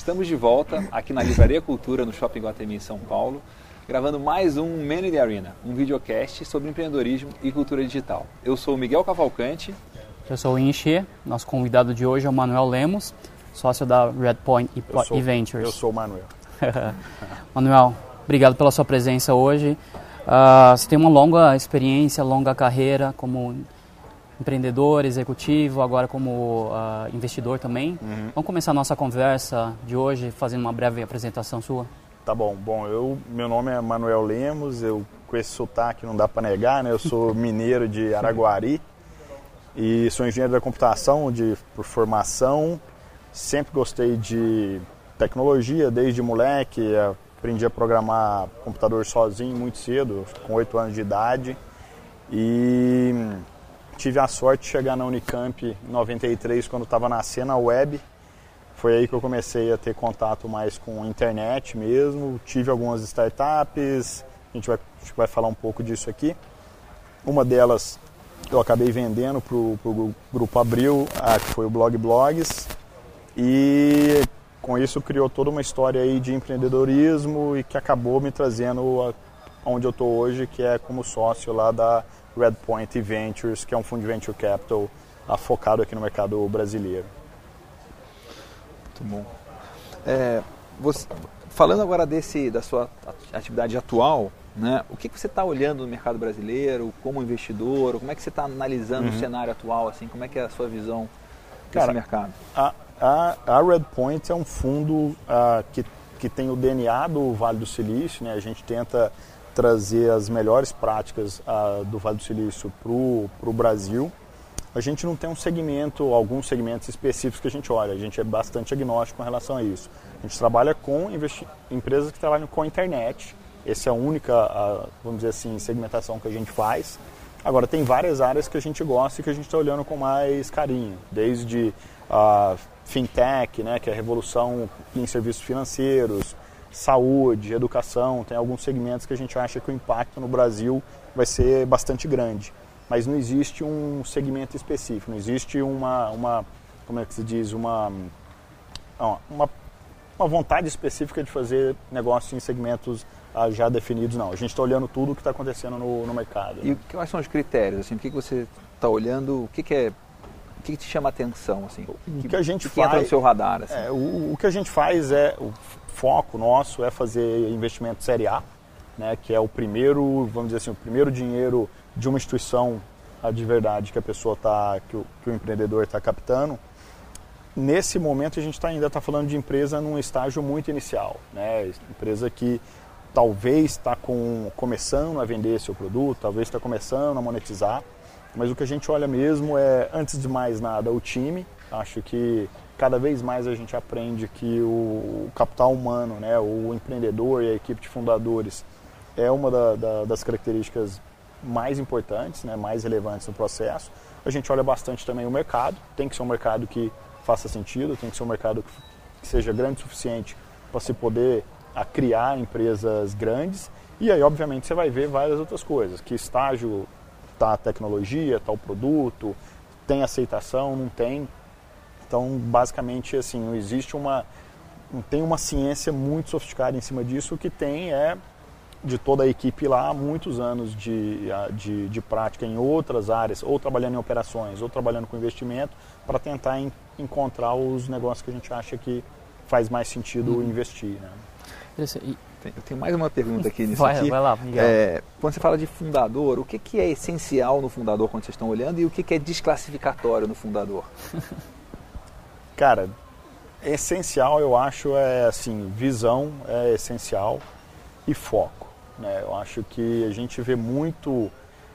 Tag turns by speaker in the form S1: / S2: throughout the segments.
S1: Estamos de volta aqui na Livraria Cultura, no Shopping Guatemi, em São Paulo, gravando mais um Man in the Arena, um videocast sobre empreendedorismo e cultura digital. Eu sou o Miguel Cavalcante.
S2: Eu sou o Inxê. Nosso convidado de hoje é o Manuel Lemos, sócio da Redpoint Ventures.
S3: Eu sou o Manuel.
S2: Manuel, obrigado pela sua presença hoje. Você tem uma longa experiência, longa carreira como empreendedor, executivo, agora como investidor também. Vamos começar a nossa conversa de hoje fazendo uma breve apresentação sua?
S3: Tá bom. Meu nome é Manuel Lemos, com esse sotaque não dá para negar, né? Eu sou mineiro de Araguari e sou engenheiro da computação por formação. Sempre gostei de tecnologia, desde moleque. Aprendi a programar computador sozinho muito cedo, com 8 anos de idade. E tive a sorte de chegar na Unicamp em 93, quando estava nascendo a web. Foi aí que eu comecei a ter contato mais com a internet mesmo. Tive algumas startups, a gente vai falar um pouco disso aqui. Uma delas eu acabei vendendo para o Grupo Abril, que foi o Blog Blogs. E com isso criou toda uma história aí de empreendedorismo e que acabou me trazendo onde eu estou hoje, que é como sócio lá da Redpoint Ventures, que é um fundo de venture capital focado aqui no mercado brasileiro.
S1: Muito bom. Falando agora da sua atividade atual, né, o que você está olhando no mercado brasileiro como investidor? Como é que você está analisando o cenário atual? Assim, como é que é a sua visão desse mercado?
S3: A Redpoint é um fundo que tem o DNA do Vale do Silício, né? A gente tenta trazer as melhores práticas do Vale do Silício para o Brasil. A gente não tem alguns segmentos específicos que a gente olha, a gente é bastante agnóstico com relação a isso. A gente trabalha com empresas que trabalham com a internet, essa é a única, vamos dizer assim, segmentação que a gente faz. Agora, tem várias áreas que a gente gosta e que a gente está olhando com mais carinho, desde fintech, né, que é a revolução em serviços financeiros, saúde, educação. Tem alguns segmentos que a gente acha que o impacto no Brasil vai ser bastante grande. Mas não existe um segmento específico, não existe como é que se diz, uma vontade específica de fazer negócio em segmentos já definidos, não. A gente está olhando tudo o que está acontecendo no mercado.
S1: E quais são os critérios? Assim, o que você está olhando, o que te chama a atenção? Assim?
S3: O que a gente
S1: faz, entra no seu radar? Assim?
S3: O que a gente faz o foco nosso é fazer investimento série A, né, que é o primeiro, vamos dizer assim, o primeiro dinheiro de uma instituição de verdade que a pessoa que o empreendedor está captando. Nesse momento a gente ainda está falando de empresa num estágio muito inicial, né? Empresa que talvez está começando a vender seu produto, talvez está começando a monetizar, mas o que a gente olha mesmo é, antes de mais nada, o time. Acho que cada vez mais a gente aprende que o capital humano, né, o empreendedor e a equipe de fundadores é uma das características mais importantes, né, mais relevantes no processo. A gente olha bastante também o mercado, tem que ser um mercado que faça sentido, tem que ser um mercado que seja grande o suficiente para se poder criar empresas grandes. E aí, obviamente, você vai ver várias outras coisas, que estágio está a tecnologia, está o produto, tem aceitação, não tem. Então, basicamente, assim, não tem uma ciência muito sofisticada em cima disso. O que tem de toda a equipe lá, muitos anos de prática em outras áreas, ou trabalhando em operações, ou trabalhando com investimento, para tentar encontrar os negócios que a gente acha que faz mais sentido investir, né?
S1: Eu tenho mais uma pergunta aqui nisso
S2: vai lá, Miguel.
S1: Quando você fala de fundador, o que é essencial no fundador quando vocês estão olhando e o que é desclassificatório no fundador?
S3: Cara, essencial eu acho assim, visão é essencial e foco, né? Eu acho que a gente vê muito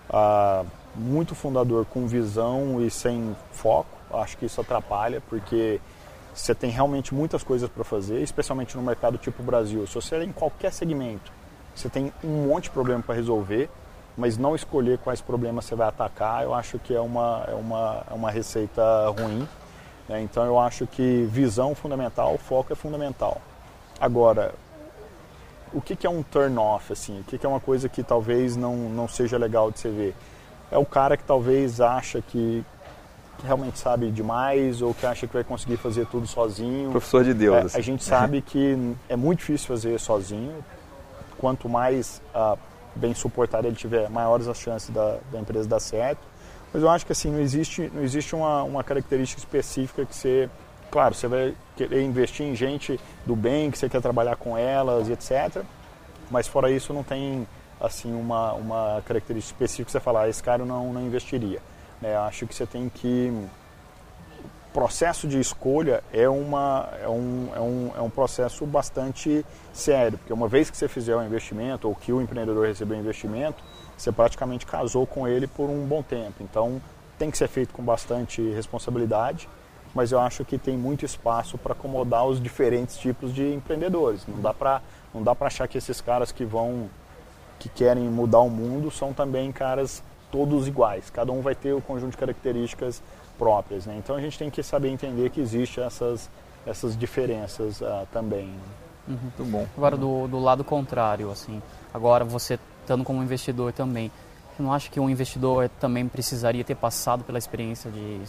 S3: fundador com visão e sem foco. Acho que isso atrapalha, porque você tem realmente muitas coisas para fazer, especialmente no mercado tipo Brasil. Se você é em qualquer segmento, você tem um monte de problema para resolver, mas não escolher quais problemas você vai atacar, eu acho que é uma receita ruim, né? Então eu acho que visão é fundamental, foco é fundamental. Agora, o que é um turn-off, assim? O que é uma coisa que talvez não seja legal de você ver? É o cara que talvez acha que que realmente sabe demais ou que acha que vai conseguir fazer tudo sozinho.
S1: Professor de Deus. Assim.
S3: A gente sabe que é muito difícil fazer sozinho. Quanto mais bem suportado ele tiver, maiores as chances da empresa dar certo. Mas eu acho que assim, não existe uma característica específica que você... Claro, você vai querer investir em gente do bem, que você quer trabalhar com elas e etc. Mas fora isso não tem assim, uma característica específica que você falar, esse cara eu não investiria. Né? Eu acho que você tem que... O processo de escolha é um processo bastante sério, porque uma vez que você fizer o investimento, ou que o empreendedor recebeu o investimento, você praticamente casou com ele por um bom tempo. Então, tem que ser feito com bastante responsabilidade, mas eu acho que tem muito espaço para acomodar os diferentes tipos de empreendedores. Não dá para achar que esses caras que querem mudar o mundo são também caras todos iguais. Cada um vai ter o conjunto de características próprias, né? Então a gente tem que saber entender que existem essas diferenças também.
S1: Muito bom.
S2: Agora do lado contrário, assim, agora você estando como investidor também, você não acha que um investidor também precisaria ter passado pela experiência de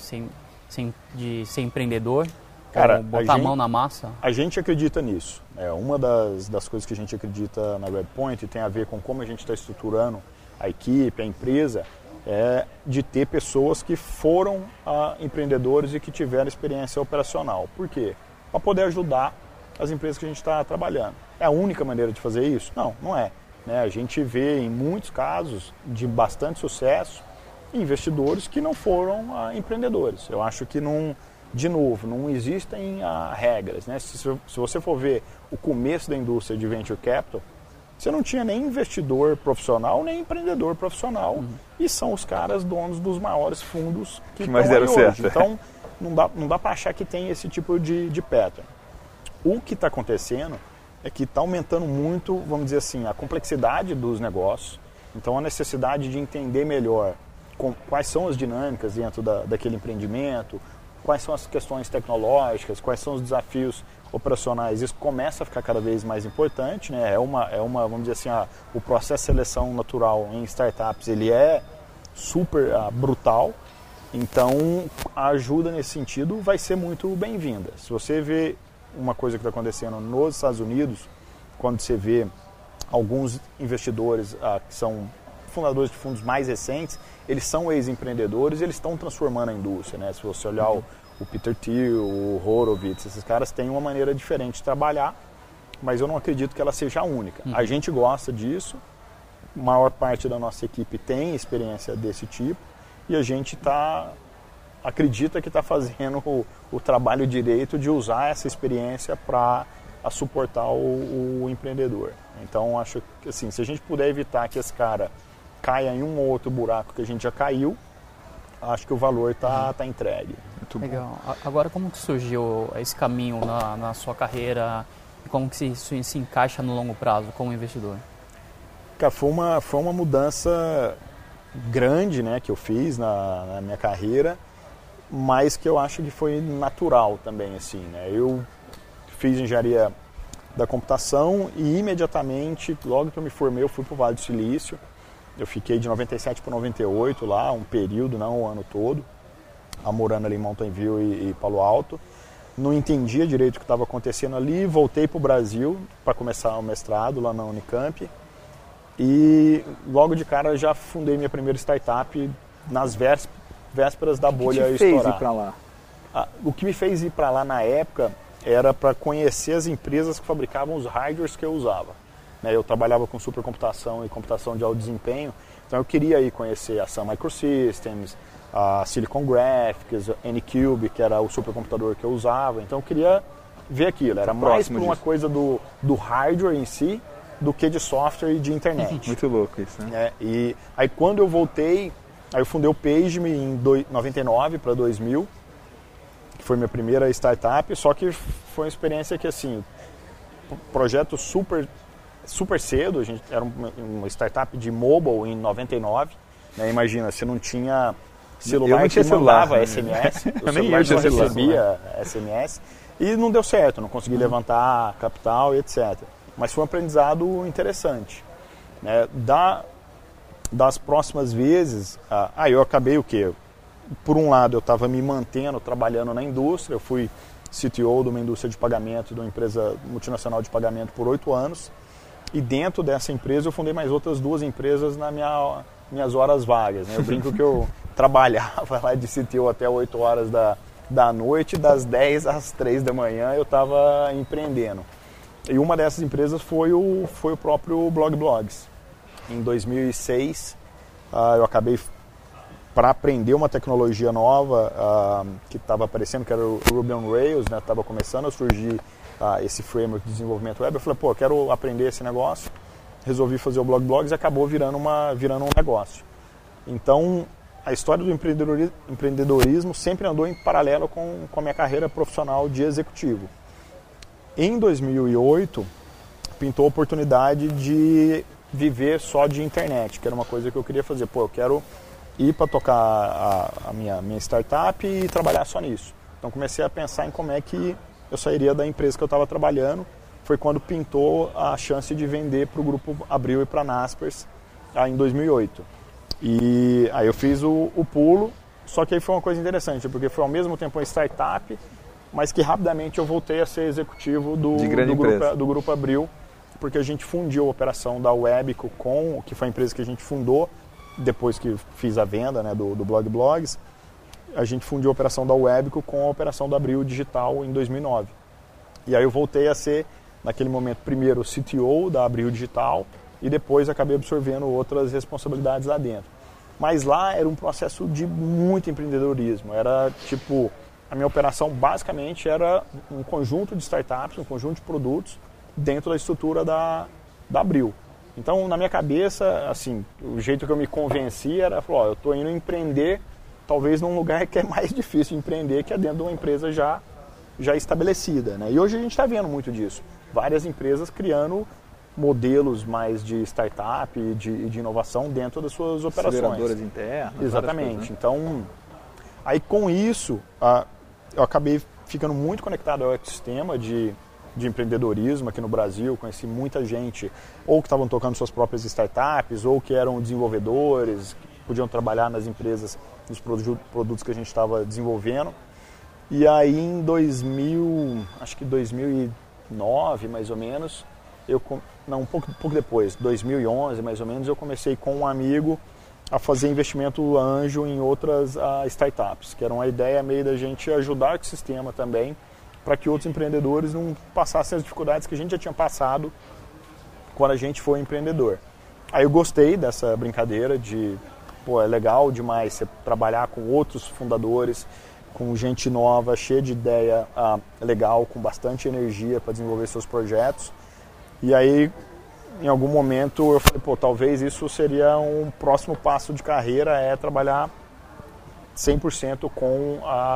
S2: ser empreendedor?
S3: Cara,
S2: botar a mão na massa?
S3: A gente acredita nisso. Uma das coisas que a gente acredita na Redpoint tem a ver com como a gente está estruturando a equipe, a empresa, é de ter pessoas que foram empreendedores e que tiveram experiência operacional. Por quê? Para poder ajudar as empresas que a gente está trabalhando. É a única maneira de fazer isso? Não, não é. Né? A gente vê em muitos casos de bastante sucesso investidores que não foram empreendedores. Eu acho que de novo, não existem regras. Né? Se você for ver o começo da indústria de venture capital, você não tinha nem investidor profissional, nem empreendedor profissional. E são os caras donos dos maiores fundos que
S1: mais deram certo.
S3: Então, não dá para achar que tem esse tipo de pattern. O que está acontecendo é que está aumentando muito, vamos dizer assim, a complexidade dos negócios. Então, a necessidade de entender melhor quais são as dinâmicas dentro daquele empreendimento, quais são as questões tecnológicas, quais são os desafios operacionais, isso começa a ficar cada vez mais importante, né? É uma vamos dizer assim, o processo de seleção natural em startups, ele é super brutal, então a ajuda nesse sentido vai ser muito bem-vinda. Se você vê uma coisa que está acontecendo nos Estados Unidos, quando você vê alguns investidores que são fundadores de fundos mais recentes, eles são ex-empreendedores e eles estão transformando a indústria, né? Se você olhar o Peter Thiel, o Horowitz, esses caras têm uma maneira diferente de trabalhar, mas eu não acredito que ela seja a única. A gente gosta disso, a maior parte da nossa equipe tem experiência desse tipo e a gente acredita que está fazendo o trabalho direito de usar essa experiência para suportar o empreendedor. Então, acho que assim, se a gente puder evitar que esse cara caia em um ou outro buraco que a gente já caiu, acho que o valor tá entregue.
S1: Muito
S2: legal. Bom. Agora, como que surgiu esse caminho na sua carreira e como que isso se encaixa no longo prazo como investidor?
S3: Cara, foi uma mudança grande, né, que eu fiz na minha carreira, mas que eu acho que foi natural também, assim, né? Eu fiz engenharia da computação e imediatamente, logo que eu me formei, eu fui para o Vale do Silício. Eu fiquei de 97 para 98 lá, um período, não o ano todo, morando ali em Mountain View e Palo Alto. Não entendia direito o que estava acontecendo ali, voltei para o Brasil para começar o mestrado lá na Unicamp. E logo de cara já fundei minha primeira startup nas vésperas da bolha estourar. O que te fez ir para lá? O que me fez ir para lá na época era para conhecer as empresas que fabricavam os hardwares que eu usava. Eu trabalhava com supercomputação e computação de alto desempenho, então eu queria ir conhecer a Sun Microsystems, a Silicon Graphics, a Anycube, que era o supercomputador que eu usava, então eu queria ver aquilo. Era mais por uma coisa do hardware em si do que de software e de internet.
S1: Muito louco isso, né?
S3: E aí quando eu voltei, aí eu fundei o PageMe em 99 para 2000, que foi minha primeira startup, só que foi uma experiência que, assim, projeto super cedo, a gente era uma startup de mobile em 99, né? Imagina, você não tinha celular que mandava SMS, o celular não recebia SMS, e não deu certo, não consegui levantar capital e etc. Mas foi um aprendizado interessante. Né? Das próximas vezes, eu acabei o quê? por um lado, eu estava me mantendo, trabalhando na indústria. Eu fui CTO de uma indústria de pagamento, de uma empresa multinacional de pagamento por 8 anos. E dentro dessa empresa eu fundei mais outras 2 empresas nas minhas horas vagas, né? Eu brinco que eu trabalhava lá de CTO até 8 horas da noite, das 10 às 3 da manhã eu estava empreendendo. E uma dessas empresas foi o próprio BlogBlogs. Em 2006, eu acabei, para aprender uma tecnologia nova que estava aparecendo, que era o Ruby on Rails, né? Estava começando a surgir esse framework de desenvolvimento web. Eu falei, pô, quero aprender esse negócio. Resolvi fazer o BlogBlogs e acabou virando um negócio. Então, a história do empreendedorismo sempre andou em paralelo com a minha carreira profissional de executivo. Em 2008, pintou a oportunidade de viver só de internet, que era uma coisa que eu queria fazer. Pô, eu quero ir para tocar a minha startup e trabalhar só nisso. Então comecei a pensar em como é que eu sairia da empresa que eu estava trabalhando. Foi quando pintou a chance de vender para o Grupo Abril e para a Naspers em 2008. E aí eu fiz o pulo, só que aí foi uma coisa interessante, porque foi ao mesmo tempo uma startup, mas que rapidamente eu voltei a ser executivo do Grupo Abril, porque a gente fundiu a operação da Webco que foi a empresa que a gente fundou, depois que fiz a venda, né, do BlogBlogs. A gente fundiu a operação da Webco com a operação da Abril Digital em 2009. E aí eu voltei a ser, naquele momento, primeiro o CTO da Abril Digital e depois acabei absorvendo outras responsabilidades lá dentro. Mas lá era um processo de muito empreendedorismo. Era tipo, a minha operação basicamente era um conjunto de startups, um conjunto de produtos dentro da estrutura da Abril. Então, na minha cabeça, assim, o jeito que eu me convenci era, eu estou indo empreender talvez num lugar que é mais difícil de empreender, que é dentro de uma empresa já estabelecida, né? E hoje a gente está vendo muito disso. Várias empresas criando modelos mais de startup e de inovação dentro das suas operações.
S1: Aceleradoras internas.
S3: Exatamente.
S1: Coisas, né?
S3: Então, aí com isso, eu acabei ficando muito conectado ao ecossistema de empreendedorismo aqui no Brasil. Conheci muita gente, ou que estavam tocando suas próprias startups, ou que eram desenvolvedores, que podiam trabalhar nas empresas, nos produtos que a gente estava desenvolvendo. E aí em 2009 mais ou menos, um pouco depois, 2011 mais ou menos, eu comecei com um amigo a fazer investimento anjo em outras startups, que era uma ideia meio da gente ajudar o ecossistema também, para que outros empreendedores não passassem as dificuldades que a gente já tinha passado quando a gente foi empreendedor. Aí eu gostei dessa brincadeira de, é legal demais você trabalhar com outros fundadores, com gente nova, cheia de ideia legal, com bastante energia para desenvolver seus projetos. E aí, em algum momento, eu falei, talvez isso seria um próximo passo de carreira, é trabalhar 100% com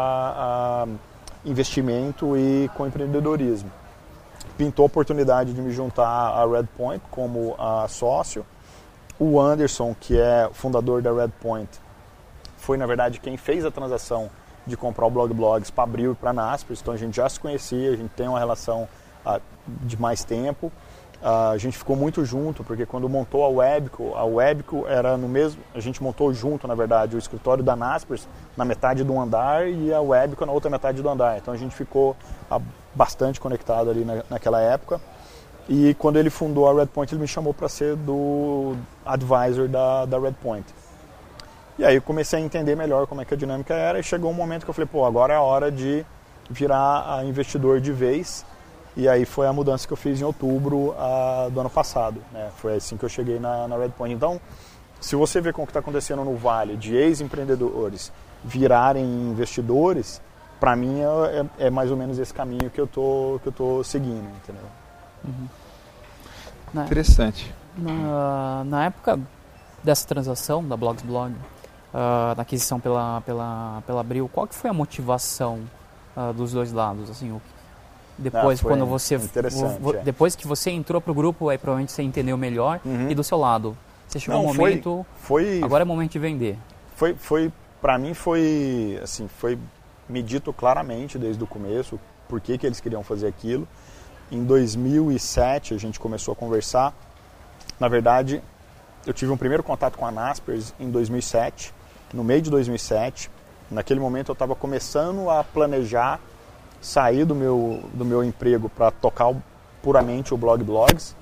S3: investimento e com empreendedorismo. Pintou a oportunidade de me juntar à Redpoint como sócio. O Anderson, que é o fundador da Redpoint, foi, na verdade, quem fez a transação de comprar o BlogBlogs para Abril e para a Naspers. Então a gente já se conhecia, a gente tem uma relação de mais tempo. A gente ficou muito junto, porque quando montou a Webco era no mesmo... A gente montou junto, na verdade, o escritório da Naspers na metade do andar e a Webco na outra metade do andar. Então a gente ficou bastante conectado ali naquela época. E quando ele fundou a Redpoint, ele me chamou para ser do advisor da Redpoint. E aí eu comecei a entender melhor como é que a dinâmica era e chegou um momento que eu falei, agora é a hora de virar investidor de vez. E aí foi a mudança que eu fiz em outubro do ano passado, né? Foi assim que eu cheguei na Redpoint. Então, se você vê com o que está acontecendo no Vale, de ex-empreendedores virarem investidores, para mim é mais ou menos esse caminho que eu tô seguindo, entendeu?
S2: Uhum.
S1: Interessante.
S2: Na época dessa transação da BlogsBlog, na aquisição pela Abril, qual que foi a motivação dos dois lados? Assim, depois, quando você depois que você entrou para o grupo, aí provavelmente você entendeu melhor. E do seu lado, você chegou um momento, agora é momento de vender.
S3: Para mim foi me dito claramente desde o começo por que eles queriam fazer aquilo. Em 2007 a gente começou a conversar. Na verdade, eu tive um primeiro contato com a Naspers em 2007, no meio de 2007, Naquele momento eu estava começando a planejar sair do meu emprego para tocar puramente o Blog Blogs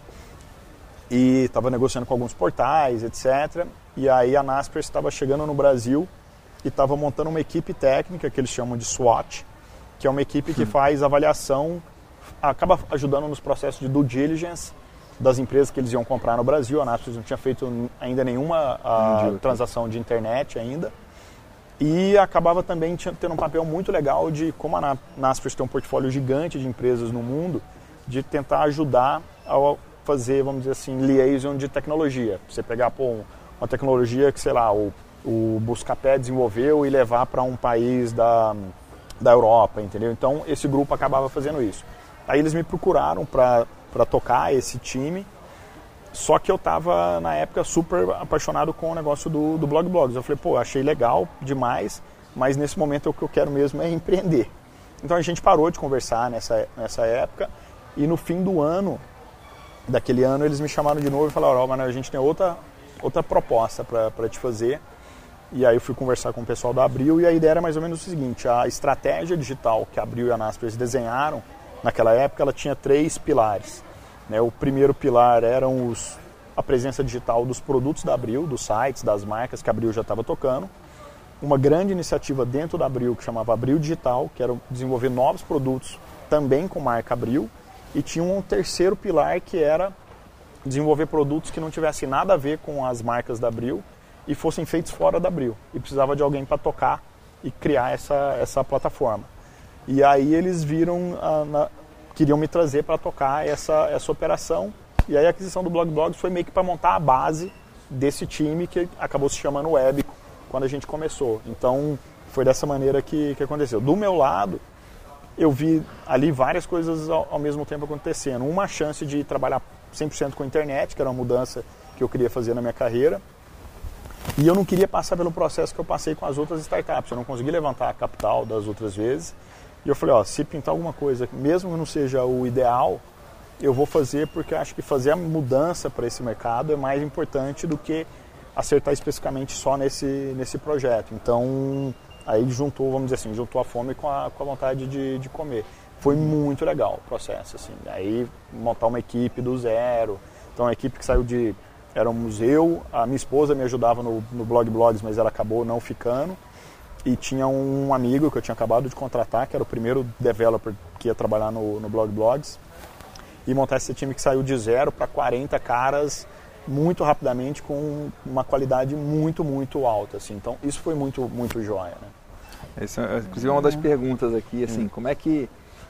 S3: e estava negociando com alguns portais, etc. E aí a Naspers estava chegando no Brasil e estava montando uma equipe técnica que eles chamam de SWOT, que é uma equipe que faz avaliação, acaba ajudando nos processos de due diligence das empresas que eles iam comprar no Brasil. A Naspers não tinha feito ainda nenhuma transação de internet ainda. E acabava também tendo um papel muito legal de, como a Naspers tem um portfólio gigante de empresas no mundo, de tentar ajudar a fazer, vamos dizer assim, liaison de tecnologia. Você pegar uma tecnologia que, sei lá, o Buscapé desenvolveu e levar para um país da Europa, entendeu? Então, esse grupo acabava fazendo isso. Aí eles me procuraram para tocar esse time. Só que eu estava, na época, super apaixonado com o negócio do Blog Blogs. Eu falei, achei legal demais, mas nesse momento o que eu quero mesmo é empreender. Então a gente parou de conversar nessa época e no fim do ano, daquele ano, eles me chamaram de novo e falaram, Manuel, a gente tem outra proposta para te fazer. E aí eu fui conversar com o pessoal da Abril e a ideia era mais ou menos o seguinte, a estratégia digital que a Abril e a Naspers desenharam naquela época, ela tinha 3 pilares. O primeiro pilar eram a presença digital dos produtos da Abril, dos sites, das marcas que a Abril já estava tocando. Uma grande iniciativa dentro da Abril que chamava Abril Digital, que era desenvolver novos produtos também com marca Abril. E tinha um terceiro pilar que era desenvolver produtos que não tivessem nada a ver com as marcas da Abril e fossem feitos fora da Abril. E precisava de alguém para tocar e criar essa plataforma. E aí eles viram... queriam me trazer para tocar essa operação. E aí a aquisição do Blog Blogs foi meio que para montar a base desse time que acabou se chamando Webico quando a gente começou. Então foi dessa maneira que aconteceu. Do meu lado, eu vi ali várias coisas ao mesmo tempo acontecendo. Uma chance de trabalhar 100% com a internet, que era uma mudança que eu queria fazer na minha carreira. E eu não queria passar pelo processo que eu passei com as outras startups. Eu não consegui levantar a capital das outras vezes. E eu falei, se pintar alguma coisa, mesmo que não seja o ideal, eu vou fazer porque eu acho que fazer a mudança para esse mercado é mais importante do que acertar especificamente só nesse projeto. Então, aí juntou, vamos dizer assim, juntou a fome com a vontade de comer. Foi muito legal o processo, assim. Aí montar uma equipe do zero. Então, a equipe que saiu éramos eu, a minha esposa me ajudava no Blog Blogs, mas ela acabou não ficando. E tinha um amigo que eu tinha acabado de contratar, que era o primeiro developer que ia trabalhar no Blog Blogs. E montar esse time que saiu de 0 para 40 caras muito rapidamente, com uma qualidade muito, muito alta. Assim. Então, isso foi muito, muito jóia. Né?
S1: Isso, inclusive, é uma das perguntas aqui. Assim, como é que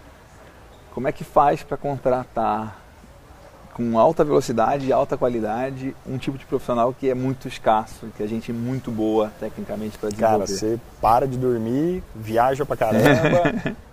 S1: faz para contratar com alta velocidade e alta qualidade um tipo de profissional que é muito escasso, que a gente é muito boa tecnicamente para desenvolver?
S3: Cara, você para de dormir, viaja pra caramba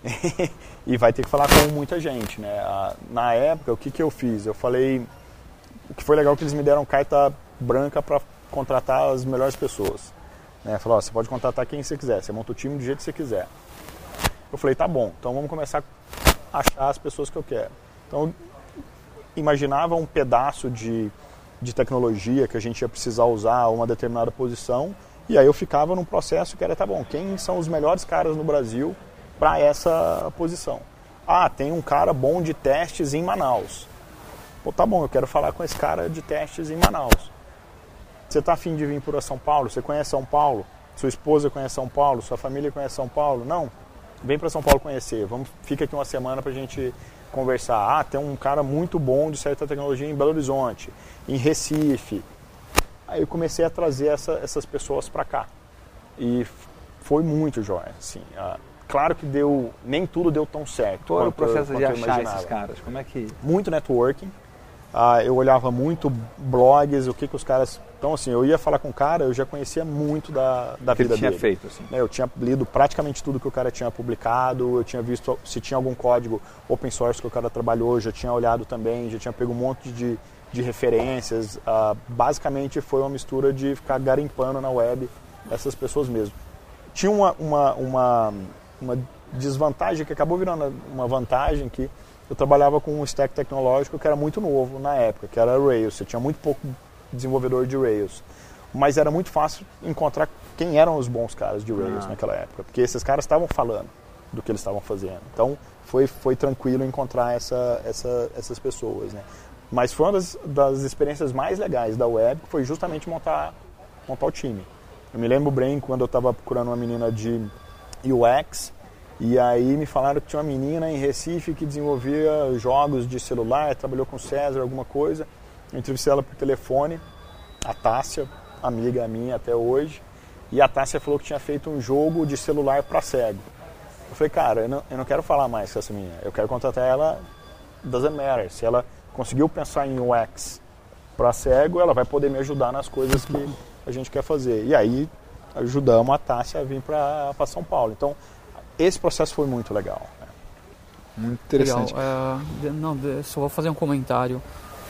S3: e vai ter que falar com muita gente, né? Na época, o que eu fiz? Eu falei, o que foi legal é que eles me deram carta branca para contratar as melhores pessoas. Né? Falaram, você pode contratar quem você quiser, você monta o time do jeito que você quiser. Eu falei, tá bom, então vamos começar a achar as pessoas que eu quero. Então, imaginava um pedaço de tecnologia que a gente ia precisar usar uma determinada posição, e aí eu ficava num processo que era, tá bom, quem são os melhores caras no Brasil para essa posição? Tem um cara bom de testes em Manaus. Tá bom, eu quero falar com esse cara de testes em Manaus. Você está afim de vir para São Paulo? Você conhece São Paulo? Sua esposa conhece São Paulo? Sua família conhece São Paulo? Não? Vem para São Paulo conhecer. Fica aqui uma semana para a gente conversar. Tem um cara muito bom de certa tecnologia em Belo Horizonte, em Recife. Aí eu comecei a trazer essas pessoas para cá. E foi muito jóia. Assim, claro que nem tudo deu tão certo.
S1: Qual era o processo de achar esses caras? Como é que...
S3: Muito networking. Eu olhava muito blogs, o que os caras... Então, assim, eu ia falar com o cara, eu já conhecia muito da vida dele.
S1: Que ele tinha feito, assim.
S3: Eu tinha lido praticamente tudo que o cara tinha publicado, eu tinha visto se tinha algum código open source que o cara trabalhou, já tinha olhado também, já tinha pego um monte de referências. Basicamente, foi uma mistura de ficar garimpando na web essas pessoas mesmo. Tinha uma desvantagem que acabou virando uma vantagem, que eu trabalhava com um stack tecnológico que era muito novo na época, que era Rails. Você tinha muito pouco desenvolvedor de Rails, mas era muito fácil encontrar quem eram os bons caras de Rails naquela época, porque esses caras estavam falando do que eles estavam fazendo. Então, foi tranquilo encontrar essas pessoas, né? Mas foi uma das experiências mais legais da web, que foi justamente montar o time. Eu me lembro bem quando eu estava procurando uma menina de UX, e aí me falaram que tinha uma menina em Recife que desenvolvia jogos de celular, trabalhou com o César, alguma coisa. Eu entrevistei ela por telefone, a Tássia, amiga minha até hoje, e a Tássia falou que tinha feito um jogo de celular para cego. Eu falei, cara, eu não quero falar mais com essa menina, eu quero contratar ela, doesn't matter. Se ela conseguiu pensar em UX para cego, ela vai poder me ajudar nas coisas que a gente quer fazer. E aí ajudamos a Tássia a vir para São Paulo. Então, esse processo foi muito legal. Né?
S1: Muito interessante.
S2: Legal. Só vou fazer um comentário.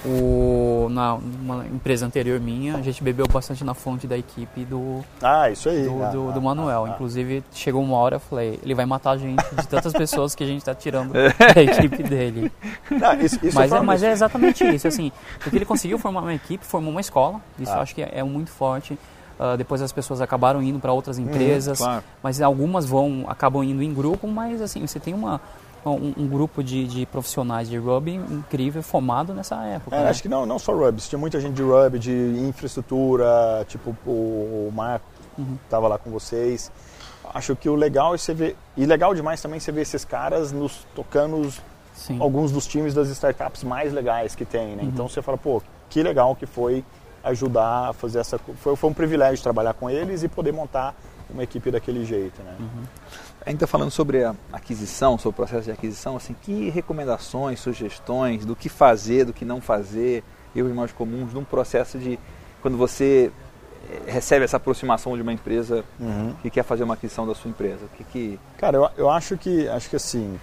S2: Numa empresa anterior minha, a gente bebeu bastante na fonte da equipe do Manuel. Inclusive, chegou uma hora, eu falei, ele vai matar a gente de tantas pessoas que a gente está tirando da equipe dele. Mas é exatamente isso. Assim, porque ele conseguiu formar uma equipe, formou uma escola, isso eu acho que é muito forte. Depois as pessoas acabaram indo para outras empresas, claro. Mas algumas acabam indo em grupo, mas assim, você tem um grupo de profissionais de Ruby incrível, formado nessa época. Né?
S3: Acho que não só Ruby, tinha muita gente de Ruby, de infraestrutura, tipo o Marco estava lá com vocês. Acho que o legal é você ver, e legal demais também você ver esses caras tocando alguns dos times das startups mais legais que tem, né? Então você fala, pô, que legal que foi ajudar a fazer foi um privilégio trabalhar com eles e poder montar uma equipe daquele jeito, né?
S1: Ainda falando sobre a aquisição, sobre o processo de aquisição, assim, que recomendações, sugestões do que fazer, do que não fazer, erros mais comuns num processo de quando você recebe essa aproximação de uma empresa que quer fazer uma aquisição da sua empresa?
S3: Cara, eu acho que assim,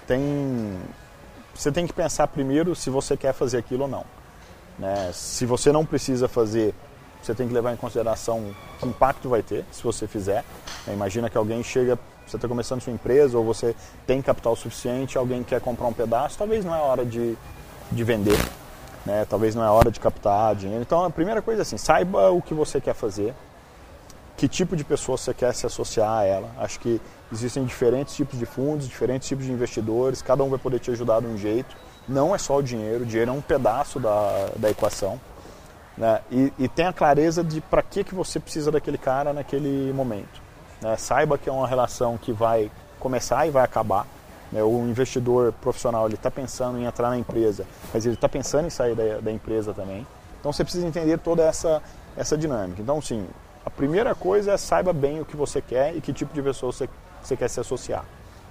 S3: você tem que pensar primeiro se você quer fazer aquilo ou não. Né? Se você não precisa fazer, você tem que levar em consideração que impacto vai ter se você fizer. Imagina que alguém chega, você está começando sua empresa ou você tem capital suficiente, alguém quer comprar um pedaço, talvez não é hora de vender, né? Talvez não é hora de captar dinheiro. Então a primeira coisa é assim, saiba o que você quer fazer, que tipo de pessoa você quer se associar a ela. Acho que existem diferentes tipos de fundos, diferentes tipos de investidores, cada um vai poder te ajudar de um jeito. Não é só o dinheiro é um pedaço da equação. Né? E tenha clareza de para que você precisa daquele cara naquele momento. Né? Saiba que é uma relação que vai começar e vai acabar. Né? O investidor profissional está pensando em entrar na empresa, mas ele está pensando em sair da empresa também. Então você precisa entender toda essa dinâmica. Então, sim, a primeira coisa é saiba bem o que você quer e que tipo de pessoa você quer se associar.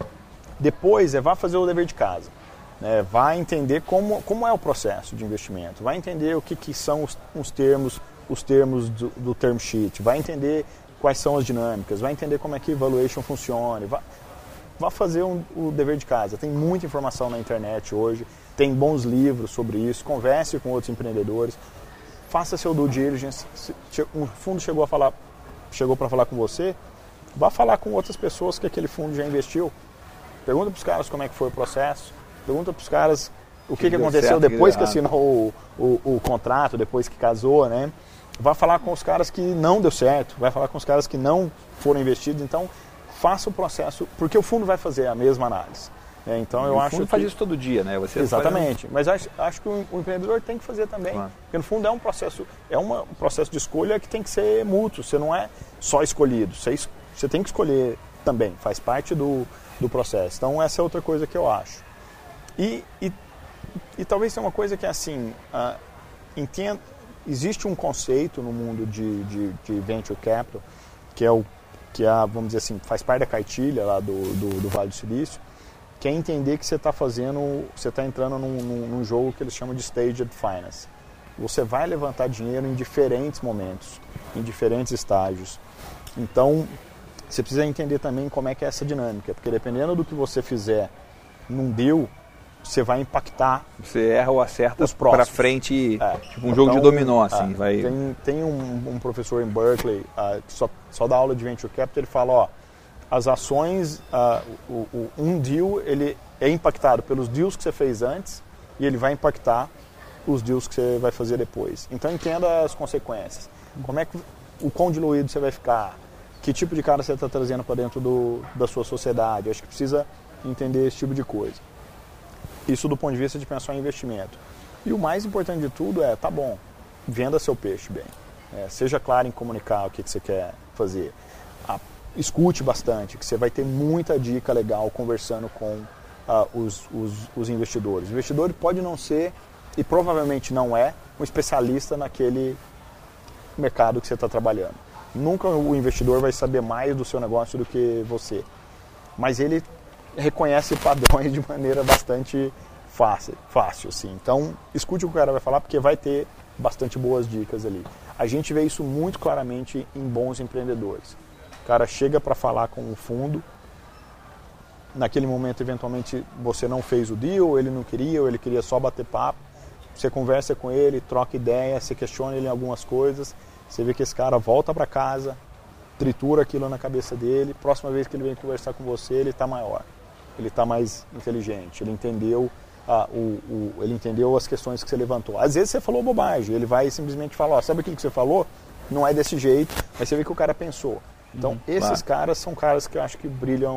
S3: Depois vá fazer o dever de casa. Né? Vai entender como é o processo de investimento, vai entender o que são os termos do term sheet, vai entender quais são as dinâmicas, vai entender como é que a evaluation funciona, vai fazer o dever de casa. Tem muita informação na internet hoje, tem bons livros sobre isso, converse com outros empreendedores, faça seu due diligence. Se um fundo chegou para falar com você, vá falar com outras pessoas que aquele fundo já investiu, pergunta para os caras como é que foi o processo. Pergunta para os caras o que aconteceu depois que assinou o contrato, depois que casou, né? Vai falar com os caras que não deu certo, vai falar com os caras que não foram investidos. Então, faça o processo, porque o fundo vai fazer a mesma análise. Né? Então, eu acho que... O fundo
S1: faz isso todo dia, né?
S3: Exatamente. Mas acho que o empreendedor tem que fazer também. Claro. Porque, no fundo, é um processo de escolha que tem que ser mútuo. Você não é só escolhido. Você tem que escolher também. Faz parte do processo. Então, essa é outra coisa que eu acho. E talvez tenha uma coisa que é assim, entenda, existe um conceito no mundo de venture capital, vamos dizer assim, faz parte da cartilha lá do Vale do Silício, que é entender que você está entrando num jogo que eles chamam de staged finance. Você vai levantar dinheiro em diferentes momentos, em diferentes estágios. Então, você precisa entender também como é que é essa dinâmica, porque dependendo do que você fizer num deal, você vai impactar.
S1: Você erra ou acerta para frente, tipo um jogo de dominó, assim.
S3: Tem um professor em Berkeley que só dá aula de Venture Capital, ele fala, as ações, um deal, ele é impactado pelos deals que você fez antes e ele vai impactar os deals que você vai fazer depois. Então entenda as consequências. O quão diluído você vai ficar, que tipo de cara você está trazendo para dentro da sua sociedade. Acho que precisa entender esse tipo de coisa. Isso do ponto de vista de pensar em investimento. E o mais importante de tudo é, tá bom, venda seu peixe bem. Seja claro em comunicar o que você quer fazer. Escute bastante, que você vai ter muita dica legal conversando com os investidores. O investidor pode não ser, e provavelmente não é, um especialista naquele mercado que você está trabalhando. Nunca o investidor vai saber mais do seu negócio do que você. Mas ele reconhece padrões de maneira bastante fácil assim. Então, escute o que o cara vai falar, porque vai ter bastante boas dicas ali. A gente vê isso muito claramente em bons empreendedores. O cara chega para falar com o fundo, naquele momento, eventualmente, você não fez o deal, ele não queria, ou ele queria só bater papo. Você conversa com ele, troca ideia, você questiona ele em algumas coisas, você vê que esse cara volta para casa, tritura aquilo na cabeça dele, próxima vez que ele vem conversar com você, ele está maior, ele está mais inteligente, ele entendeu, ele entendeu as questões que você levantou. Às vezes você falou bobagem, ele vai simplesmente falar, sabe aquilo que você falou? Não é desse jeito, mas você vê que o cara pensou. Então, esses caras são caras que eu acho que brilha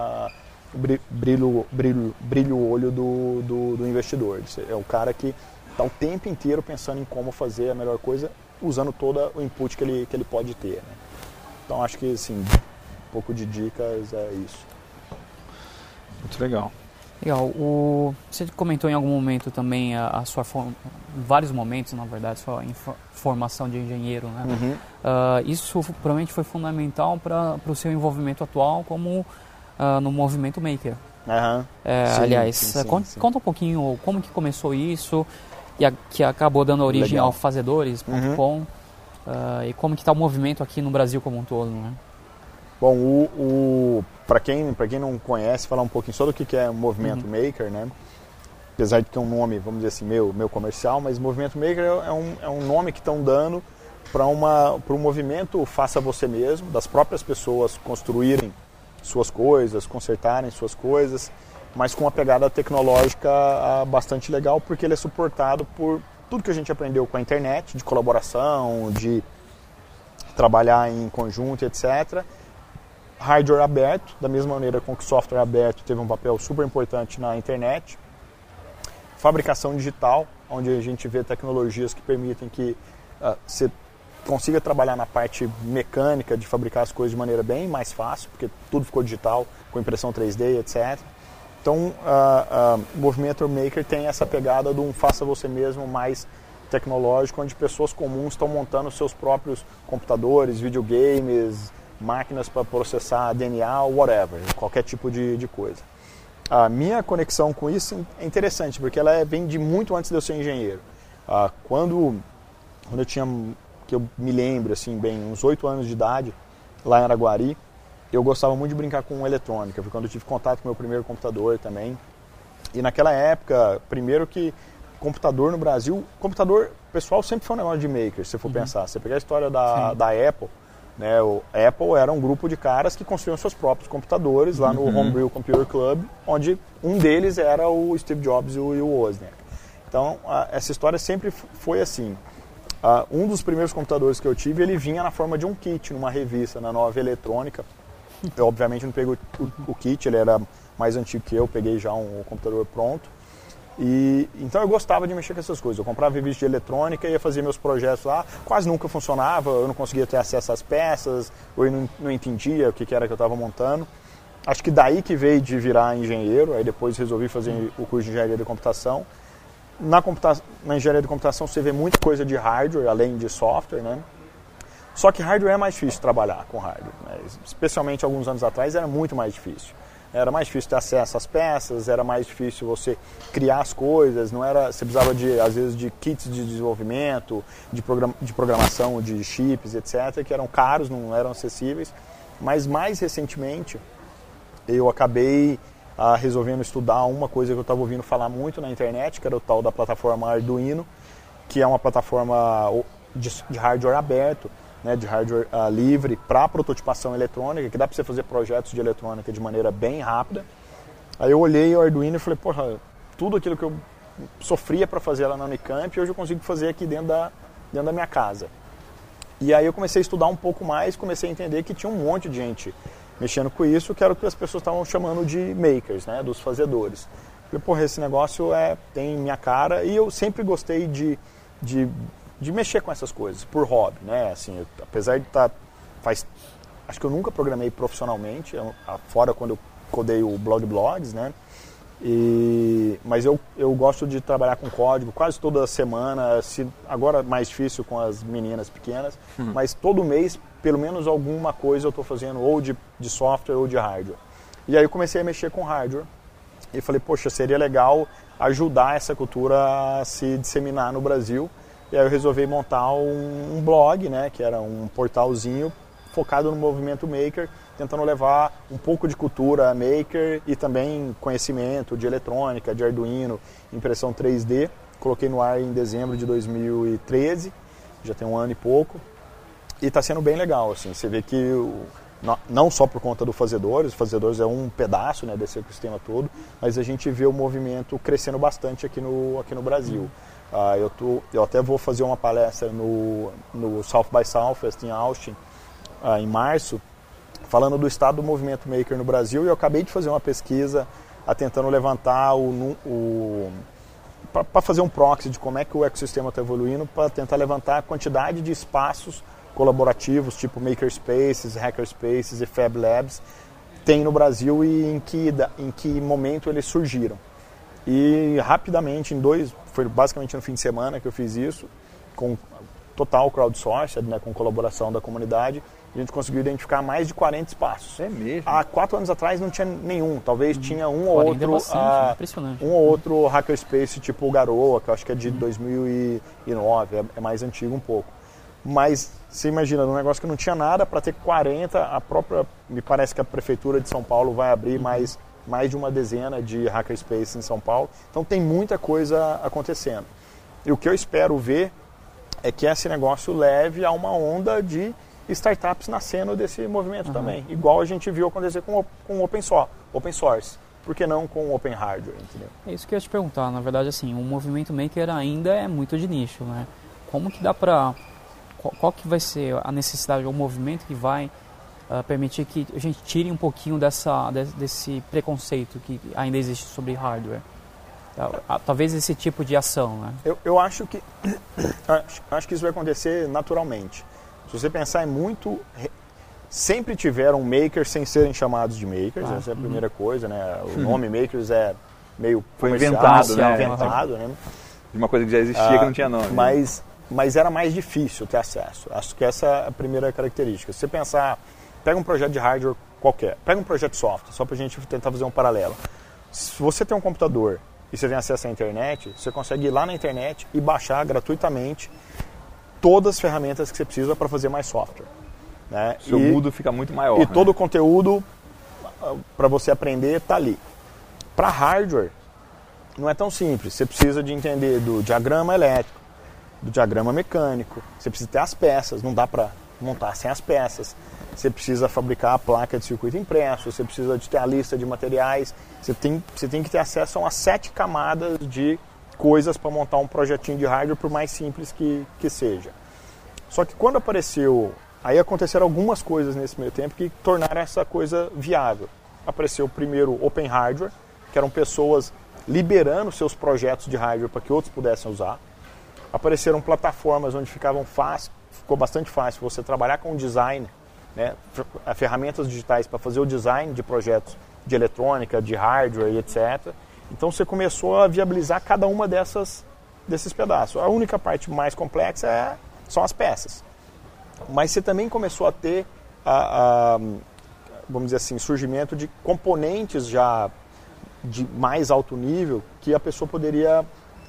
S3: o olho do investidor. É o cara que está o tempo inteiro pensando em como fazer a melhor coisa, usando todo o input que ele pode ter. Né? Então, acho que, assim, um pouco de dicas é isso.
S1: Muito legal.
S2: Legal. Você comentou em algum momento também em vários momentos, na verdade, sua formação de engenheiro, né?
S1: Uhum.
S2: Isso provavelmente foi fundamental para o seu envolvimento atual como no movimento maker.
S3: Uhum.
S2: Aliás,
S3: sim.
S2: Conta um pouquinho como que começou isso e que acabou dando origem ao Fazedores.com e como que está o movimento aqui no Brasil como um todo, né?
S3: Bom, para quem não conhece, falar um pouquinho só do que é o movimento maker, né? Apesar de que é um nome, vamos dizer assim, meu comercial, mas movimento maker é um nome que estão dando para um movimento faça você mesmo, das próprias pessoas construírem suas coisas, consertarem suas coisas, mas com uma pegada tecnológica bastante legal, porque ele é suportado por tudo que a gente aprendeu com a internet, de colaboração, de trabalhar em conjunto, etc. Hardware aberto, da mesma maneira com que software aberto teve um papel super importante na internet. Fabricação digital, onde a gente vê tecnologias que permitem que você consiga trabalhar na parte mecânica de fabricar as coisas de maneira bem mais fácil, porque tudo ficou digital, com impressão 3D, etc. Então, o movimento maker tem essa pegada de um faça você mesmo mais tecnológico, onde pessoas comuns estão montando seus próprios computadores, videogames, máquinas para processar DNA, whatever, qualquer tipo de coisa. A minha conexão com isso é interessante, porque ela vem de muito antes de eu ser engenheiro. Quando eu tinha, que eu me lembro assim bem, uns 8 anos de idade, lá em Araguari, eu gostava muito de brincar com eletrônica, foi quando eu tive contato com o meu primeiro computador também. E naquela época, primeiro que computador no Brasil, computador pessoal sempre foi um negócio de maker, se você for pensar. Você pegar a história da Apple, né, o Apple era um grupo de caras que construíam seus próprios computadores lá no Homebrew Computer Club, onde um deles era o Steve Jobs e o Wozniak. Então, essa história sempre foi assim. Um dos primeiros computadores que eu tive, ele vinha na forma de um kit, numa revista, na Nova Eletrônica. Eu, obviamente, não peguei o kit, ele era mais antigo que eu, peguei já um computador pronto. Então eu gostava de mexer com essas coisas. Eu comprava revista de eletrônica, ia fazer meus projetos lá, quase nunca funcionava, eu não conseguia ter acesso às peças, ou eu não entendia o que era que eu estava montando. Acho que daí que veio de virar engenheiro, aí depois resolvi fazer o curso de engenharia de computação. Na engenharia de computação você vê muita coisa de hardware, além de software, né? Só que hardware é mais difícil trabalhar com hardware, né? Especialmente alguns anos atrás era muito mais difícil. Era mais difícil ter acesso às peças, era mais difícil você criar as coisas, você precisava às vezes de kits de desenvolvimento, de programação, de chips, etc., que eram caros, não eram acessíveis. Mas mais recentemente eu acabei resolvendo estudar uma coisa que eu estava ouvindo falar muito na internet, que era o tal da plataforma Arduino, que é uma plataforma de hardware aberto, né, de hardware livre para prototipação eletrônica, que dá para você fazer projetos de eletrônica de maneira bem rápida. Aí eu olhei o Arduino e falei, porra, tudo aquilo que eu sofria para fazer lá na Unicamp, hoje eu consigo fazer aqui dentro da minha casa. E aí eu comecei a estudar um pouco mais, comecei a entender que tinha um monte de gente mexendo com isso, que era o que as pessoas estavam chamando de makers, né, dos fazedores. Falei, porra, esse negócio tem minha cara, e eu sempre gostei de mexer com essas coisas, por hobby, né, assim, apesar de acho que eu nunca programei profissionalmente, fora quando eu codei o blogs, né, mas eu gosto de trabalhar com código quase toda semana, agora mais difícil com as meninas pequenas, mas todo mês, pelo menos alguma coisa eu estou fazendo ou de software ou de hardware. E aí eu comecei a mexer com hardware e falei, poxa, seria legal ajudar essa cultura a se disseminar no Brasil. E aí eu resolvi montar um blog, né, que era um portalzinho focado no movimento maker, tentando levar um pouco de cultura maker e também conhecimento de eletrônica, de Arduino, impressão 3D. Coloquei no ar em dezembro de 2013, já tem um ano e pouco, e está sendo bem legal. Assim, você vê que, não só por conta do Fazedores, o Fazedores é um pedaço, né, desse ecossistema todo, mas a gente vê o movimento crescendo bastante aqui no Brasil. Eu até vou fazer uma palestra no South by Southwest em Austin, em março, falando do estado do movimento maker no Brasil, e eu acabei de fazer uma pesquisa tentando levantar para fazer um proxy de como é que o ecossistema está evoluindo, para tentar levantar a quantidade de espaços colaborativos, tipo makerspaces, hackerspaces e fab labs, tem no Brasil e em que momento eles surgiram. E rapidamente, foi basicamente no fim de semana que eu fiz isso, com total crowdsourcing, né, com colaboração da comunidade, a gente conseguiu identificar mais de 40 espaços.
S1: É mesmo?
S3: Há 4 anos atrás não tinha nenhum, talvez tinha um ou outro hackerspace tipo o Garoa, que eu acho que é de 2009, é mais antigo um pouco. Mas você imagina, num negócio que não tinha nada, para ter 40, me parece que a Prefeitura de São Paulo vai abrir mais de uma dezena de hackerspaces em São Paulo, então tem muita coisa acontecendo. E o que eu espero ver é que esse negócio leve a uma onda de startups nascendo desse movimento também, igual a gente viu acontecer com o open source. Por que não com o open hardware, entendeu?
S2: É isso que eu ia te perguntar, na verdade, assim, o movimento maker ainda é muito de nicho, né? Como que dá para... Qual que vai ser a necessidade, o movimento que vai permitir que a gente tire um pouquinho desse preconceito que ainda existe sobre hardware? Talvez esse tipo de ação, né?
S3: Eu acho que isso vai acontecer naturalmente. Se você pensar, sempre tiveram makers sem serem chamados de makers, essa é a primeira coisa, né? O nome makers é meio
S1: foi inventado, né?
S3: Né?
S1: De uma coisa que já existia que não tinha nome.
S3: Mas era mais difícil ter acesso. Acho que essa é a primeira característica. Se você pensar, pega um projeto de hardware qualquer, pega um projeto de software, só para a gente tentar fazer um paralelo. Se você tem um computador e você tem acesso à internet, você consegue ir lá na internet e baixar gratuitamente todas as ferramentas que você precisa para fazer mais software. Né?
S1: O seu mundo fica muito maior.
S3: E todo o conteúdo para você aprender está ali. Para hardware, não é tão simples. Você precisa de entender do diagrama elétrico, do diagrama mecânico, você precisa ter as peças, não dá para montar sem as peças. Você precisa fabricar a placa de circuito impresso, você precisa de ter a lista de materiais, você tem que ter acesso a umas 7 camadas de coisas para montar um projetinho de hardware, por mais simples que seja. Só que quando aí aconteceram algumas coisas nesse meio tempo que tornaram essa coisa viável. Apareceu primeiro Open Hardware, que eram pessoas liberando seus projetos de hardware para que outros pudessem usar. Apareceram plataformas onde ficou bastante fácil você trabalhar com design, né, ferramentas digitais para fazer o design de projetos de eletrônica, de hardware e etc. Então você começou a viabilizar cada uma desses pedaços. A única parte mais complexa são as peças. Mas você também começou a ter, vamos dizer assim, surgimento de componentes já de mais alto nível que a pessoa poderia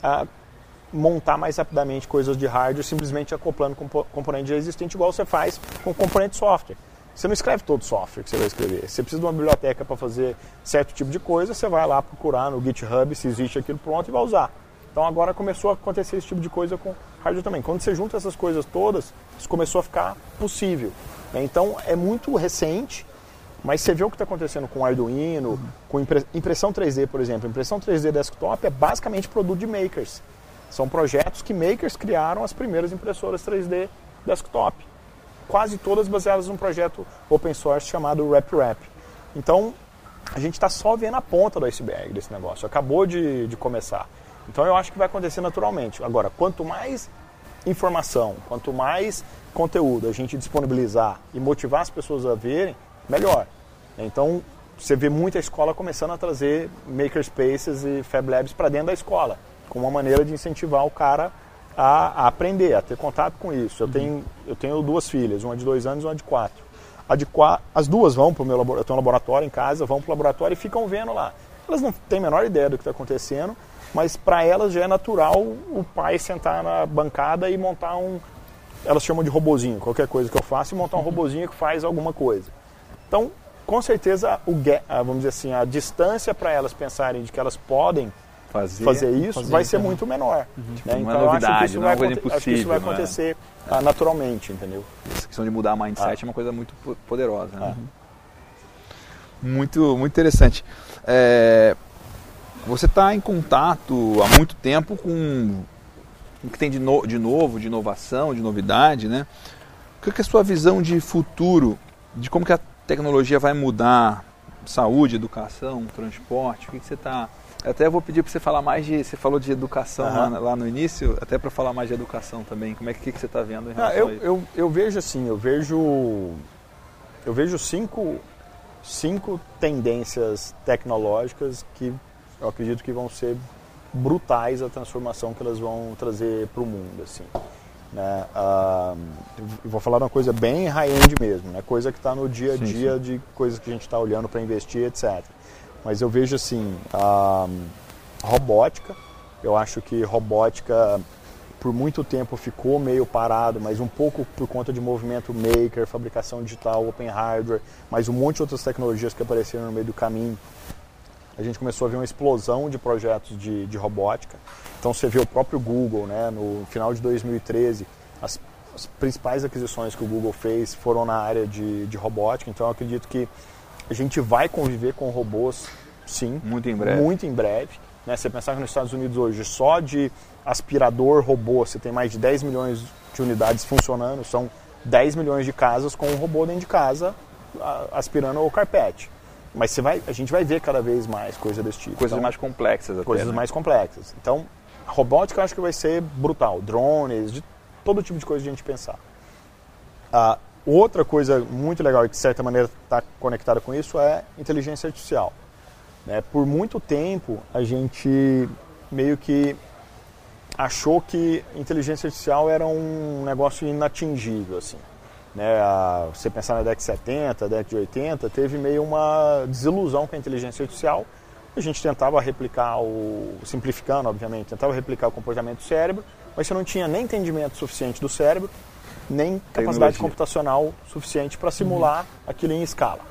S3: montar mais rapidamente coisas de hardware simplesmente acoplando com componente já existente, igual você faz com componente de software. Você não escreve todo o software que você vai escrever. Se você precisa de uma biblioteca para fazer certo tipo de coisa, você vai lá procurar no GitHub se existe aquilo pronto e vai usar. Então agora começou a acontecer esse tipo de coisa com hardware também. Quando você junta essas coisas todas, isso começou a ficar possível. Então é muito recente, mas você vê o que está acontecendo com Arduino, com impressão 3D, por exemplo. Impressão 3D desktop é basicamente produto de makers. São projetos que makers criaram as primeiras impressoras 3D desktop. quase todas baseadas num projeto open source chamado RapRap. Então, a gente está só vendo a ponta do iceberg desse negócio, acabou de começar. Então eu acho que vai acontecer naturalmente. Agora, quanto mais informação, quanto mais conteúdo a gente disponibilizar e motivar as pessoas a verem, melhor. Então, você vê muita escola começando a trazer makerspaces e Fab Labs para dentro da escola, como uma maneira de incentivar o cara a aprender, a ter contato com isso. Eu tenho 2 filhas, uma de 2 anos e uma de 4. As duas vão para o meu laboratório, eu tenho um laboratório em casa, vão para o laboratório e ficam vendo lá. Elas não têm a menor ideia do que está acontecendo, mas para elas já é natural o pai sentar na bancada e montar elas chamam de robozinho, qualquer coisa que eu faço, e montar um robozinho que faz alguma coisa. Então, com certeza, vamos dizer assim, a distância para elas pensarem de que elas podem fazer isso vai ser muito menor. Né?
S1: Então,
S3: eu acho que isso vai
S1: impossível,
S3: acontecer naturalmente, entendeu?
S1: Essa questão de mudar a mindset é uma coisa muito poderosa. Né? Muito, muito interessante. Você está em contato há muito tempo com o que tem de novo, de inovação, de novidade, né? O que é a sua visão de futuro, de como que a tecnologia vai mudar saúde, educação, transporte? O que você está... Até vou pedir para você falar mais você falou de educação lá no início, até para falar mais de educação também. Como é que você está vendo em relação a isso?
S3: Eu vejo assim, eu vejo cinco tendências tecnológicas que eu acredito que vão ser brutais a transformação que elas vão trazer para o mundo, assim. Né? Vou falar de uma coisa bem high-end mesmo, né? Coisa que está no dia a dia de coisas que a gente está olhando para investir, etc. Mas eu vejo assim, robótica. Eu acho que robótica por muito tempo ficou meio parado, mas um pouco por conta de movimento maker, fabricação digital, open hardware, mas um monte de outras tecnologias que apareceram no meio do caminho. A gente começou a ver uma explosão de projetos de robótica. Então você vê o próprio Google, né, no final de 2013, as principais aquisições que o Google fez foram na área de robótica. Então eu acredito que a gente vai conviver com robôs, sim.
S1: Muito em breve.
S3: Muito em breve. Né? Você pensar que nos Estados Unidos hoje, só de aspirador robô, você tem mais de 10 milhões de unidades funcionando, são 10 milhões de casas com um robô dentro de casa aspirando o carpete. Mas a gente vai ver cada vez mais coisa desse tipo.
S1: Coisas mais complexas até,
S3: coisas mais complexas. Então, a robótica eu acho que vai ser brutal. Drones, de todo tipo de coisa de a gente pensar. Outra coisa muito legal e que de certa maneira está conectada com isso é inteligência artificial. Né? Por muito tempo a gente meio que achou que inteligência artificial era um negócio inatingível, assim. Né? Você pensar na década de 70, década de 80, teve meio uma desilusão com a inteligência artificial. A gente tentava replicar simplificando, obviamente, tentava replicar o comportamento do cérebro, mas você não tinha nem entendimento suficiente do cérebro, nem capacidade computacional suficiente para simular aquilo em escala.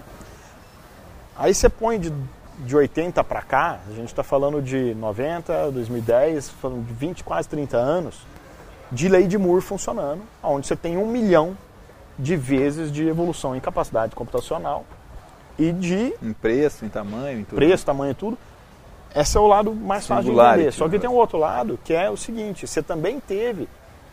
S3: Aí você põe de 80 para cá, a gente está falando de 90, 2010, falando de 20, quase 30 anos, de lei de Moore funcionando, onde você tem 1 milhão de vezes de evolução em capacidade computacional e de...
S1: Em preço, em tamanho, em tudo.
S3: Preço, tamanho e tudo. Esse é o lado mais fácil de entender. Só que tem um outro lado, que é o seguinte, você também teve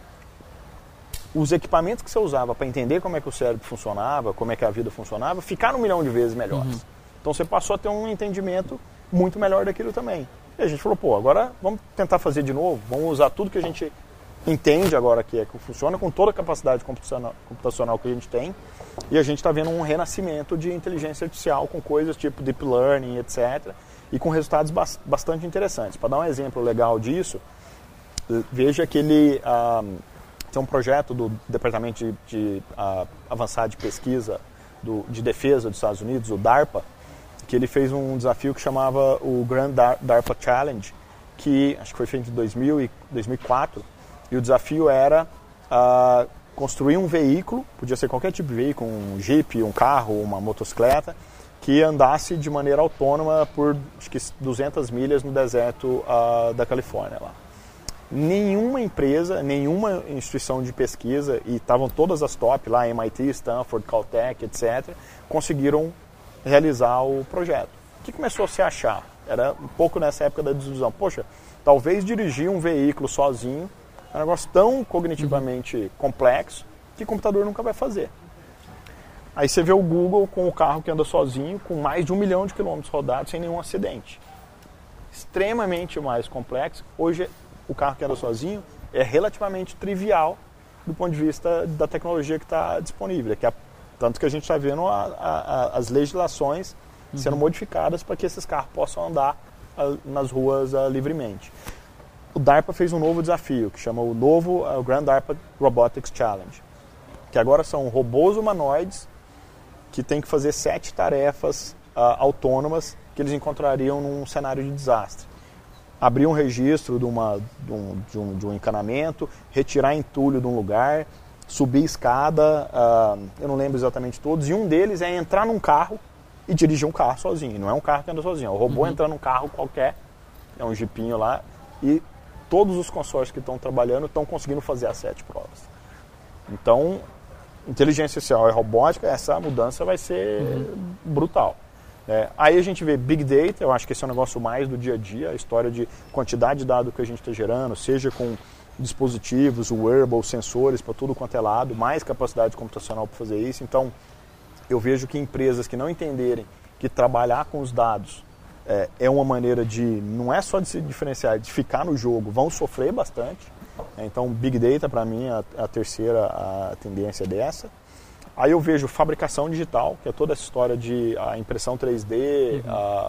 S3: os equipamentos que você usava para entender como é que o cérebro funcionava, como é que a vida funcionava, ficaram 1 milhão de vezes melhores. Então você passou a ter um entendimento muito melhor daquilo também. E a gente falou, pô, agora vamos tentar fazer de novo, vamos usar tudo que a gente entende agora que funciona, com toda a capacidade computacional que a gente tem, e a gente está vendo um renascimento de inteligência artificial com coisas tipo deep learning, etc., e com resultados bastante interessantes. Para dar um exemplo legal disso, veja que tem um projeto do Departamento de Avançado de Pesquisa de Defesa dos Estados Unidos, o DARPA, que ele fez um desafio que chamava o Grand DARPA Challenge, que acho que foi feito em 2000 e 2004, e o desafio era construir um veículo, podia ser qualquer tipo de veículo, um Jeep, um carro, uma motocicleta, que andasse de maneira autônoma por acho que 200 milhas no deserto da Califórnia lá. Nenhuma empresa, nenhuma instituição de pesquisa, e estavam todas as top lá, MIT, Stanford, Caltech, etc., conseguiram realizar o projeto. O que começou a se achar? Era um pouco nessa época da desilusão. Poxa, talvez dirigir um veículo sozinho é um negócio tão cognitivamente complexo que computador nunca vai fazer. Aí você vê o Google com o carro que anda sozinho, com mais de 1 milhão de quilômetros rodados, sem nenhum acidente. Extremamente mais complexo. Hoje, o carro que anda sozinho é relativamente trivial do ponto de vista da tecnologia que está disponível. Tanto que a gente está vendo as legislações sendo modificadas para que esses carros possam andar nas ruas livremente. O DARPA fez um novo desafio, que chama o Grand DARPA Robotics Challenge, que agora são robôs humanoides que têm que fazer 7 tarefas autônomas que eles encontrariam num cenário de desastre. Abrir um registro de um encanamento, retirar entulho de um lugar, subir escada, eu não lembro exatamente todos, e um deles é entrar num carro e dirigir um carro sozinho. Não é um carro que anda sozinho, é o robô entrando num carro qualquer, é um jipinho lá, e todos os consórcios que estão trabalhando estão conseguindo fazer as 7 provas. Então, inteligência artificial e robótica, essa mudança vai ser brutal. Aí a gente vê Big Data, eu acho que esse é um negócio mais do dia a dia, a história de quantidade de dados que a gente está gerando, seja com dispositivos, wearables, sensores para tudo quanto é lado, mais capacidade computacional para fazer isso. Então, eu vejo que empresas que não entenderem que trabalhar com os dados é uma maneira de, não é só de se diferenciar, de ficar no jogo, vão sofrer bastante. Então, Big Data, para mim, é a terceira tendência dessa. Aí eu vejo fabricação digital, que é toda essa história de a impressão 3D,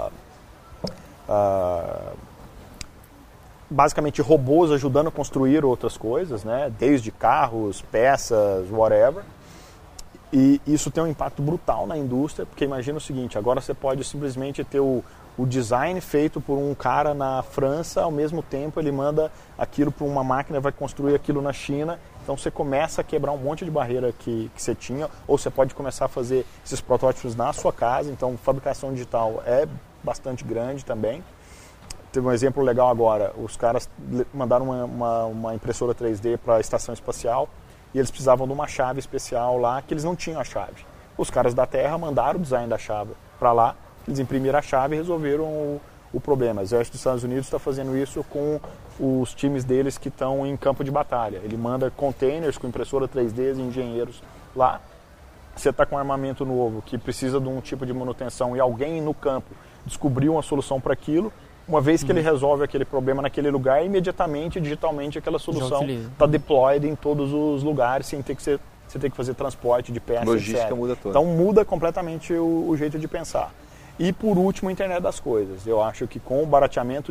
S3: basicamente robôs ajudando a construir outras coisas, né? Desde carros, peças, whatever. E isso tem um impacto brutal na indústria, porque imagina o seguinte, agora você pode simplesmente ter o design feito por um cara na França, ao mesmo tempo ele manda aquilo para uma máquina, vai construir aquilo na China, então você começa a quebrar um monte de barreira que você tinha, ou você pode começar a fazer esses protótipos na sua casa, então fabricação digital é bastante grande também. Teve um exemplo legal agora, os caras mandaram uma impressora 3D para a estação espacial e eles precisavam de uma chave especial lá que eles não tinham a chave. Os caras da Terra mandaram o design da chave para lá, eles imprimiram a chave e resolveram o problema. O Exército dos Estados Unidos está fazendo isso com os times deles que estão em campo de batalha. Ele manda containers com impressora 3D e engenheiros lá. Você está com um armamento novo que precisa de um tipo de manutenção e alguém no campo descobriu uma solução para aquilo. Uma vez que ele resolve aquele problema naquele lugar, imediatamente, digitalmente, aquela solução está deployed em todos os lugares, sem ter que você tem que fazer transporte de peças,
S1: logística
S3: etc.
S1: Muda toda.
S3: Então muda completamente o jeito de pensar. E por último, a internet das coisas. Eu acho que com o barateamento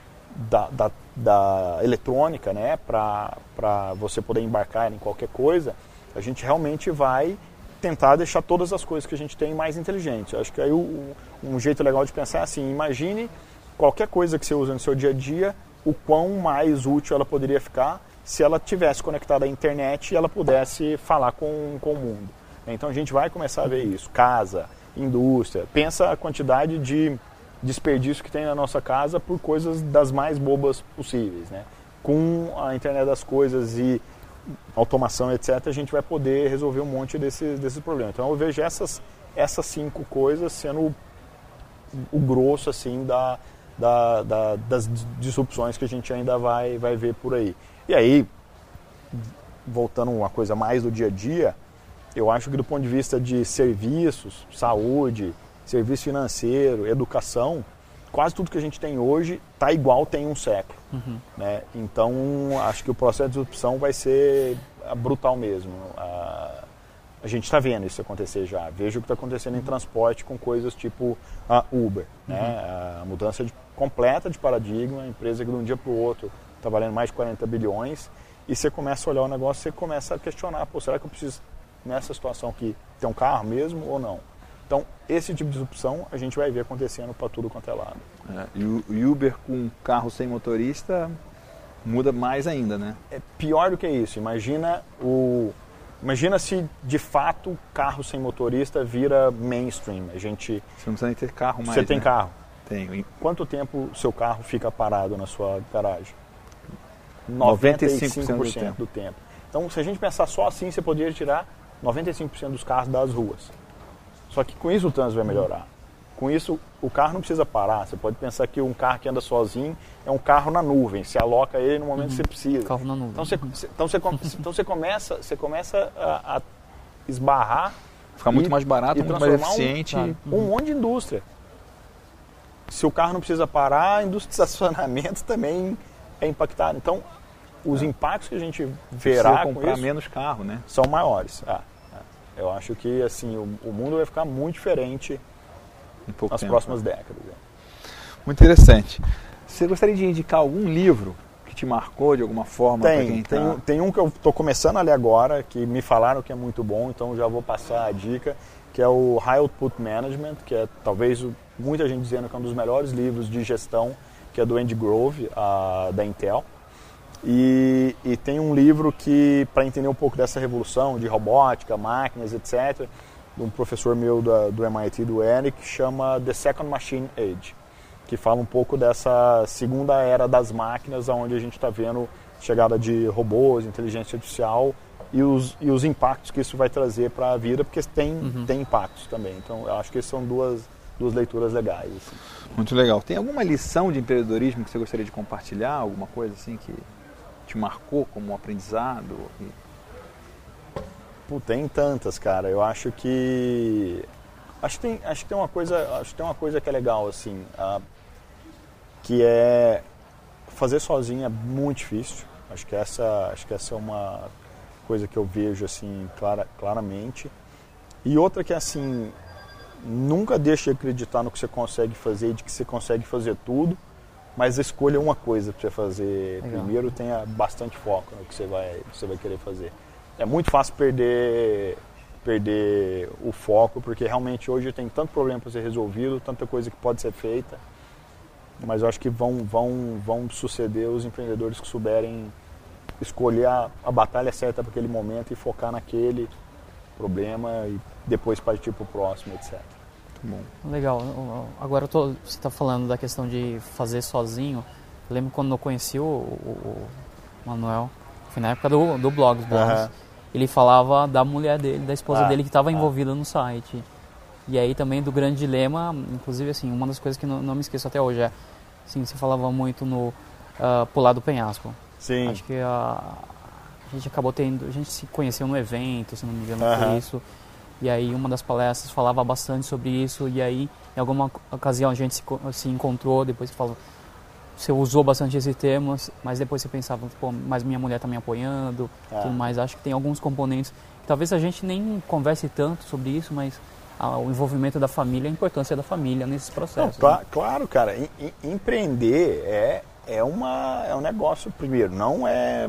S3: da eletrônica, né, para você poder embarcar em qualquer coisa, a gente realmente vai tentar deixar todas as coisas que a gente tem mais inteligentes. Eu acho que aí um jeito legal de pensar é assim, imagine qualquer coisa que você usa no seu dia a dia, o quão mais útil ela poderia ficar se ela tivesse conectada à internet e ela pudesse falar com o mundo. Então a gente vai começar a ver isso. Casa, indústria. Pensa a quantidade de desperdício que tem na nossa casa por coisas das mais bobas possíveis, né? Com a internet das coisas e automação, etc., a gente vai poder resolver um monte desses problemas. Então eu vejo essas 5 coisas sendo o grosso assim das disrupções que a gente ainda vai ver por aí. E aí, voltando a uma coisa mais do dia a dia, eu acho que do ponto de vista de serviços, saúde, serviço financeiro, educação, quase tudo que a gente tem hoje está igual tem um século. Né? Então, acho que o processo de disrupção vai ser brutal mesmo. A gente está vendo isso acontecer já. Vejo o que está acontecendo em transporte com coisas tipo a Uber. Né? A mudança completa de paradigma, a empresa que de um dia para o outro está valendo mais de 40 bilhões, e você começa a olhar o negócio, você começa a questionar, será que eu preciso, nessa situação aqui, ter um carro mesmo ou não? Então, esse tipo de disrupção a gente vai ver acontecendo para tudo quanto é lado.
S1: E o Uber com carro sem motorista muda mais ainda, né?
S3: É pior do que isso. Imagina se de fato carro sem motorista vira mainstream.
S1: Você não precisa nem ter carro mais.
S3: Você tem carro?
S1: Tenho.
S3: Quanto tempo o seu carro fica parado na sua garagem?
S1: 95%
S3: do tempo. Então, se a gente pensar só assim, você poderia tirar 95% dos carros das ruas. Só que com isso o trânsito vai melhorar. com isso, o carro não precisa parar. Você pode pensar que um carro que anda sozinho é um carro na nuvem. Você aloca ele no momento que você precisa.
S2: Carro na nuvem.
S3: Então você começa a esbarrar.
S1: Fica muito mais barato, muito mais eficiente.
S3: Um monte de indústria. Se o carro não precisa parar, a indústria de estacionamento também é impactada. Então, os impactos que a gente verá com
S1: comprar
S3: isso
S1: menos carro, né?
S3: São maiores. Eu acho que assim, o mundo vai ficar muito diferente nas próximas décadas.
S1: Muito interessante. Você gostaria de indicar algum livro que te marcou de alguma forma?
S3: Tem um que eu estou começando a ler agora, que me falaram que é muito bom, então já vou passar a dica, que é o High Output Management, que é talvez muita gente dizendo que é um dos melhores livros de gestão, que é do Andy Grove, da Intel. E tem um livro que, para entender um pouco dessa revolução de robótica, máquinas, etc., de um professor meu do MIT, do Eric, que chama The Second Machine Age, que fala um pouco dessa segunda era das máquinas, onde a gente está vendo chegada de robôs, inteligência artificial e os impactos que isso vai trazer para a vida, porque tem impactos também. Então, eu acho que são duas leituras legais. Assim.
S1: Muito legal. Tem alguma lição de empreendedorismo que você gostaria de compartilhar? Alguma coisa assim que te marcou como aprendizado?
S3: Tem tantas, cara. Eu acho que tem uma coisa que é legal, assim, que é fazer sozinho é muito difícil. Acho que essa é uma coisa que eu vejo assim claramente. E outra que é assim, nunca deixe de acreditar no que você consegue fazer e de que você consegue fazer tudo, mas escolha uma coisa para você fazer primeiro, tenha bastante foco no que você vai querer fazer. É muito fácil perder o foco, porque realmente hoje tem tanto problema para ser resolvido, tanta coisa que pode ser feita, mas eu acho que vão suceder os empreendedores que souberem escolher a batalha certa para aquele momento e focar naquele problema e depois partir para o próximo, etc.
S2: Bom. Legal. Agora você está falando da questão de fazer sozinho. Eu lembro quando eu conheci o Manuel, foi na época do Blogs. Ele falava da mulher dele, da esposa dele que estava envolvida no site. E aí também do grande dilema, inclusive assim, uma das coisas que não me esqueço até hoje é, assim, você falava muito no pular do penhasco.
S3: Sim.
S2: Acho que a gente acabou a gente se conheceu no evento, se não me engano, foi isso. E aí uma das palestras falava bastante sobre isso, e aí em alguma ocasião a gente se encontrou, depois você usou bastante esse termo, mas depois você pensava, mas minha mulher está me apoiando, tudo mais. Acho que tem alguns componentes que talvez a gente nem converse tanto sobre isso, mas o envolvimento da família, a importância da família nesses processos.
S3: Claro, cara, empreender é um negócio, primeiro, não é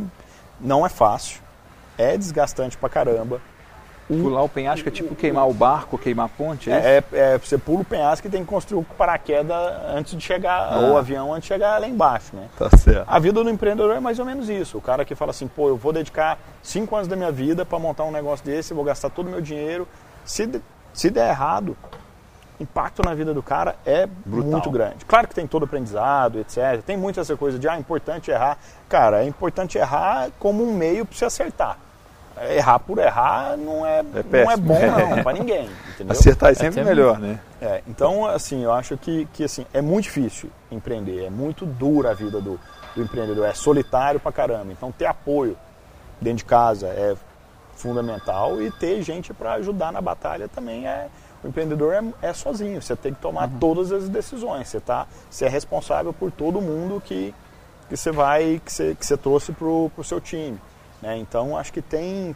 S3: fácil, é desgastante pra caramba.
S1: Pular o penhasco é tipo queimar o barco, queimar a ponte?
S3: Você pula o penhasco e tem que construir o paraquedas antes de chegar, ou o avião antes de chegar lá embaixo, né?
S1: Tá certo.
S3: A vida do empreendedor é mais ou menos isso. O cara que fala assim, eu vou dedicar 5 anos da minha vida para montar um negócio desse, vou gastar todo o meu dinheiro. Se der errado, o impacto na vida do cara é muito grande. Claro que tem todo aprendizado, etc. Tem muito essa coisa de, é importante errar. Cara, é importante errar como um meio para você acertar. Errar por errar não é bom não, para ninguém, entendeu?
S1: Acertar é sempre melhor, né?
S3: Então, assim, eu acho que assim, é muito difícil empreender, é muito dura a vida do empreendedor, é solitário pra caramba. Então, ter apoio dentro de casa é fundamental e ter gente para ajudar na batalha também o empreendedor é sozinho, você tem que tomar todas as decisões, você é responsável por todo mundo que você trouxe pro seu time. Então, acho que ter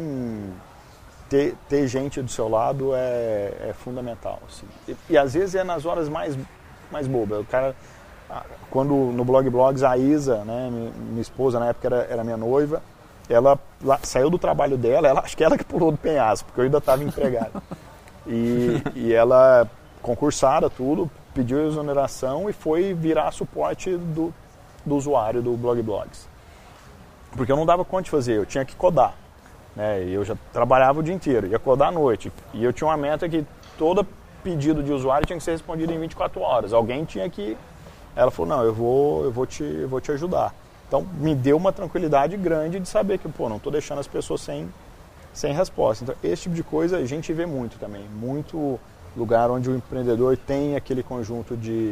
S3: gente do seu lado é fundamental. Assim. E às vezes é nas horas mais bobas. O cara, quando no Blogs, a Isa, né, minha esposa, na época era minha noiva, ela saiu do trabalho dela, acho que ela que pulou do penhasco, porque eu ainda estava empregado. E ela, concursada, tudo, pediu exoneração e foi virar suporte do usuário do Blogs. Porque eu não dava conta de fazer, eu tinha que codar, né? E eu já trabalhava o dia inteiro, ia codar à noite. E eu tinha uma meta que todo pedido de usuário tinha que ser respondido em 24 horas. Alguém tinha que... Ela falou, não, eu vou te ajudar. Então, me deu uma tranquilidade grande de saber que, não estou deixando as pessoas sem resposta. Então, esse tipo de coisa a gente vê muito também. lugar onde o empreendedor tem aquele conjunto de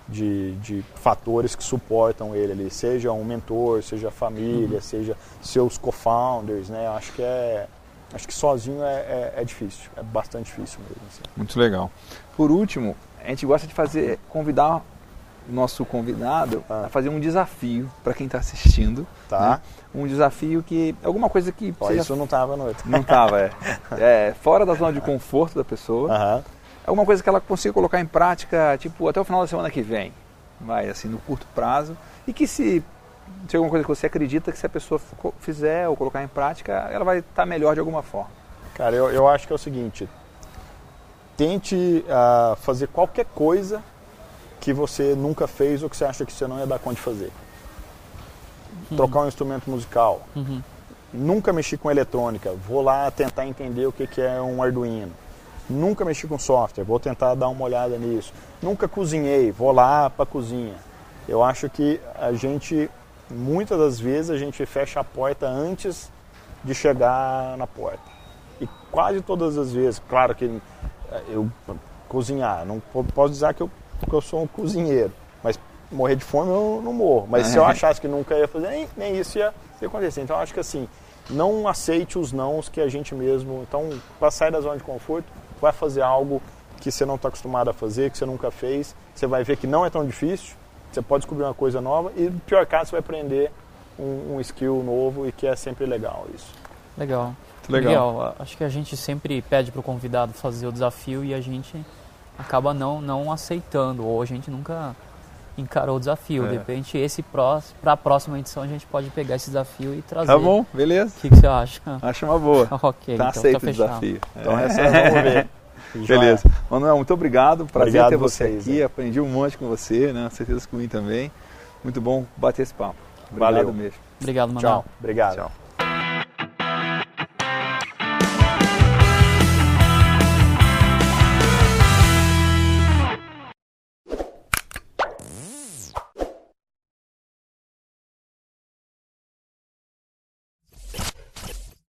S3: fatores que suportam ele ali, seja um mentor, seja a família, seja seus co-founders, né? Acho que sozinho é difícil, é bastante difícil mesmo. Assim.
S1: Muito legal. Por último, a gente gosta de convidar o nosso convidado a fazer um desafio para quem está assistindo.
S3: Tá.
S1: Né? Um desafio que, alguma coisa que...
S3: Isso não estava no outro.
S1: Não estava, fora da zona de conforto da pessoa. Alguma coisa que ela consiga colocar em prática, tipo, até o final da semana que vem. Vai, assim, no curto prazo. E que se alguma coisa que você acredita que se a pessoa fizer ou colocar em prática, ela vai estar melhor de alguma forma.
S3: Cara, eu acho que é o seguinte, tente fazer qualquer coisa que você nunca fez ou que você acha que você não ia dar conta de fazer. Trocar um instrumento musical. Nunca mexi com eletrônica, vou lá tentar entender o que é um Arduino. Nunca mexi com software, vou tentar dar uma olhada nisso. Nunca cozinhei, vou lá para a cozinha. Eu acho que muitas das vezes, a gente fecha a porta antes de chegar na porta. E quase todas as vezes, claro que eu cozinhar, não posso dizer que eu sou um cozinheiro, mas morrer de fome eu não morro. Mas se eu achasse que nunca ia fazer, nem isso ia acontecer. Então eu acho que assim, não aceite os nãos que a gente mesmo... Então, para sair da zona de conforto, vai fazer algo que você não está acostumado a fazer, que você nunca fez. Você vai ver que não é tão difícil, você pode descobrir uma coisa nova e, no pior caso, você vai aprender um skill novo e que é sempre legal isso.
S2: Legal.
S1: Legal.
S2: Acho que a gente sempre pede para o convidado fazer o desafio e a gente acaba não aceitando, ou a gente nunca encarou o desafio. De repente, para a próxima edição, a gente pode pegar esse desafio e trazer.
S1: Tá bom, beleza.
S2: O que você acha?
S1: Acho uma boa.
S2: Ok,
S1: tá
S2: então
S1: aceito
S2: tá
S1: o desafio.
S3: Então vamos ver.
S1: Beleza. Manuel, muito obrigado. Prazer ter você
S3: vocês,
S1: aqui. Aprendi um monte com você, né? Certeza que comigo também. Muito bom bater esse papo. Obrigado
S3: Valeu
S1: mesmo.
S2: Obrigado, Manuel.
S3: Tchau. Obrigado.
S1: Tchau.